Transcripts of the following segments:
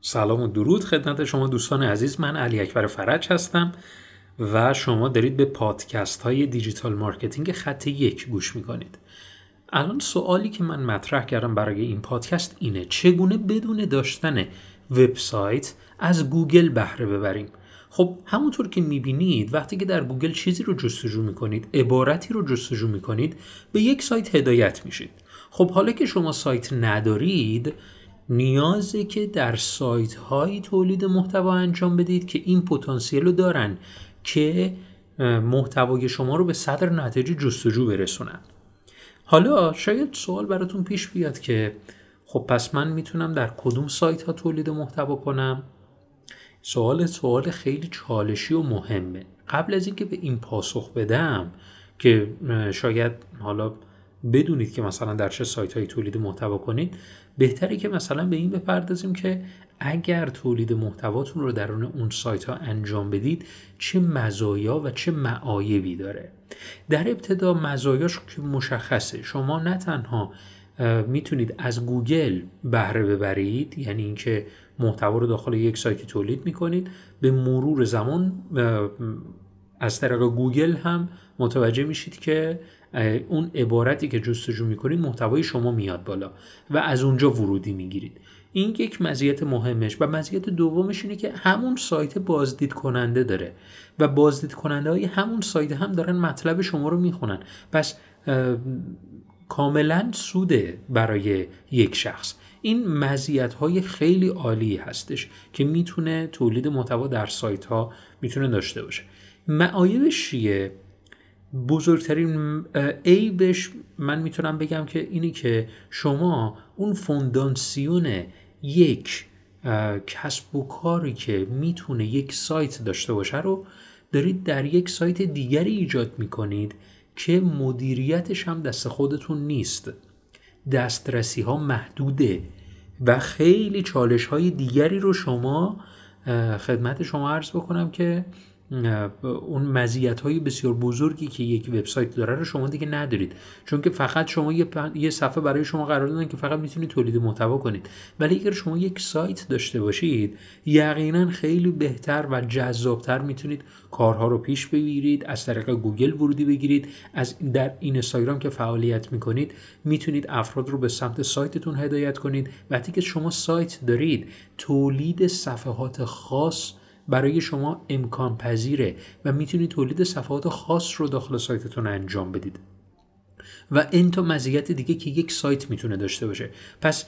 سلام و درود خدمت شما دوستان عزیز. من علی اکبر فرج هستم و شما دارید به پادکست های دیجیتال مارکتینگ خط 1 گوش میکنید. الان سوالی که من مطرح کردم برای این پادکست اینه: چگونه بدون داشتن وبسایت از گوگل بهره ببریم؟ خب همونطور که میبینید وقتی که در گوگل چیزی رو جستجو میکنید، عبارتی رو جستجو میکنید، به یک سایت هدایت میشید. خب حالا که شما سایت ندارید، نیازه که در سایت هایی تولید محتوا انجام بدید که این پتانسیل رو دارن که محتوای شما رو به صدر نتایج جستجو برسونن. حالا شاید سوال براتون پیش بیاد که خب پس من میتونم در کدوم سایت ها تولید محتوا کنم؟ سوال خیلی چالشی و مهمه. قبل از اینکه به این پاسخ بدم که شاید حالا بدونید که مثلا در چه سایت هایی تولید محتوا کنید، بهتره که مثلا به این بپردازیم که اگر تولید محتواتون رو درون اون سایت ها انجام بدید چه مزایا و چه معایبی داره. در ابتدا مزایاش که مشخصه، شما نه تنها میتونید از گوگل بهره ببرید، یعنی اینکه محتوا رو داخل یک سایتی تولید میکنید، به مرور زمان از طریق گوگل هم متوجه میشید که اون عبارتی که جستجو میکنید محتوای شما میاد بالا و از اونجا ورودی میگیرید. این یک مزیت مهمش. و مزیت دومش اینه که همون سایت بازدید کننده داره و بازدید کننده های همون سایت هم دارن مطلب شما رو میخونن. پس کاملا سوده برای یک شخص. این مزیت‌های خیلی عالی هستش که میتونه تولید محتوا در سایت ها میتونه داشته باشه. معایبش چیه؟ بزرگترین عیبش من میتونم بگم که اینی که شما اون فونداسیون یک کسب و کاری که میتونه یک سایت داشته باشه رو دارید در یک سایت دیگری ایجاد میکنید که مدیریتش هم دست خودتون نیست، دسترسی ها محدوده و خیلی چالش های دیگری رو خدمت شما عرض بکنم که اون مزیت‌های بسیار بزرگی که یک وبسایت داره رو شما دیگه ندارید، چون که فقط شما یه صفحه برای شما قرار دادن که فقط میتونید تولید محتوا کنید. ولی اگر شما یک سایت داشته باشید یقینا خیلی بهتر و جذابتر میتونید کارها رو پیش بگیرید، از طریق گوگل ورودی بگیرید، در اینستاگرام که فعالیت میکنید میتونید افراد رو به سمت سایتتون هدایت کنید. وقتی که شما سایت دارید تولید صفحات خاص برای شما امکان پذیره و میتونید تولید صفحات خاص رو داخل سایتتون انجام بدید و این تا مزیت دیگه که یک سایت میتونه داشته باشه. پس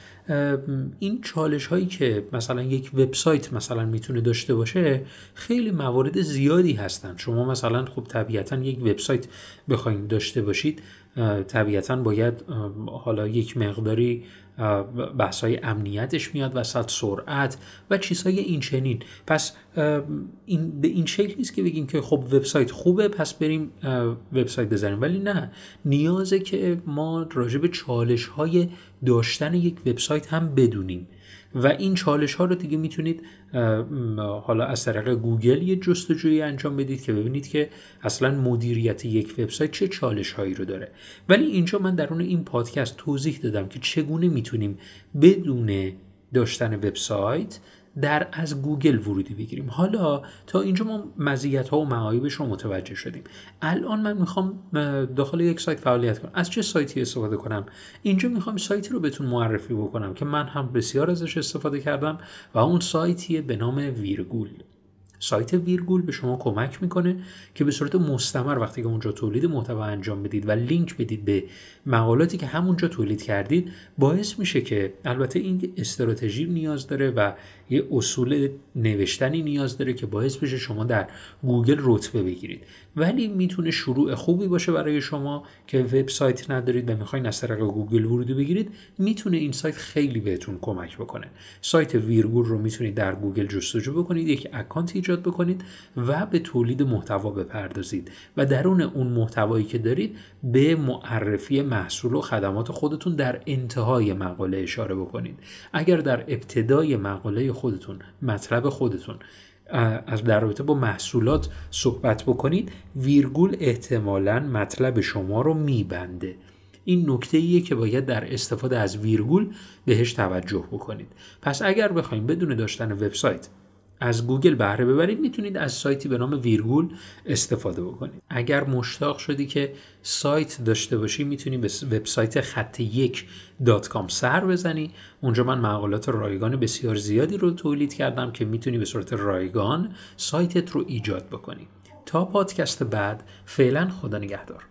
این چالش هایی که مثلا یک وبسایت مثلا میتونه داشته باشه خیلی موارد زیادی هستن. شما مثلا خب طبیعتا یک وبسایت بخواید داشته باشید طبیعتا باید حالا یک مقداری بحث‌های امنیتش میاد وسط، سرعت و چیزهای این چنین. پس این به این شکل نیست که بگیم که خب وبسایت خوبه پس بریم وبسایت بزنیم، ولی نه، نیازه که ما راجع به چالش‌های داشتن یک وبسایت هم بدونیم و این چالش ها رو دیگه میتونید حالا از طریق گوگل یه جستجویی انجام بدید که ببینید که اصلا مدیریت یک وبسایت چه چالش هایی رو داره. ولی اینجا من درون این پادکست توضیح دادم که چگونه میتونیم بدون داشتن وبسایت از گوگل ورودی بگیریم. حالا تا اینجا ما مزیت‌ها و معایبش رو متوجه شدیم. الان من میخوام داخل یک سایت فعالیت کنم. از چه سایتی استفاده کنم؟ اینجا میخوام سایتی رو بهتون معرفی بکنم که من هم بسیار ازش استفاده کردم و اون سایتیه به نام ویرگول. سایت ویرگول به شما کمک میکنه که به صورت مستمر وقتی که اونجا تولید محتوا انجام بدید و لینک بدید به مقالاتی که همونجا تولید کردید، باعث میشه که البته این استراتژی نیاز داره و یه اصول نوشتنی نیاز داره که باعث بشه شما در گوگل رتبه بگیرید، ولی میتونه شروع خوبی باشه برای شما که وبسایت ندارید و میخواین از طریق گوگل ورودی بگیرید. میتونه این سایت خیلی بهتون کمک بکنه. سایت ویرگول رو میتونید در گوگل جستجو بکنید، یک اکانت ایجاد بکنید و به تولید محتوا بپردازید و درون اون محتوایی که دارید به معرفی محصول و خدمات خودتون در انتهای مقاله اشاره بکنید. اگر در ابتدای مقاله خودتون مطلب خودتون از در رابطه با محصولات صحبت بکنید، ویرگول احتمالاً مطلب شما رو میبنده. این نکته‌ایه که باید در استفاده از ویرگول بهش توجه بکنید. پس اگر بخواید بدون داشتن وبسایت از گوگل بهره ببرید، میتونید از سایتی به نام ویرگول استفاده بکنید. اگر مشتاق شدی که سایت داشته باشی، میتونی به وبسایت خط1.com سر بزنی. اونجا من مقالات رایگان بسیار زیادی رو تولید کردم که میتونی به صورت رایگان سایتت رو ایجاد بکنی. تا پادکست بعد، فعلا خدا نگهدار.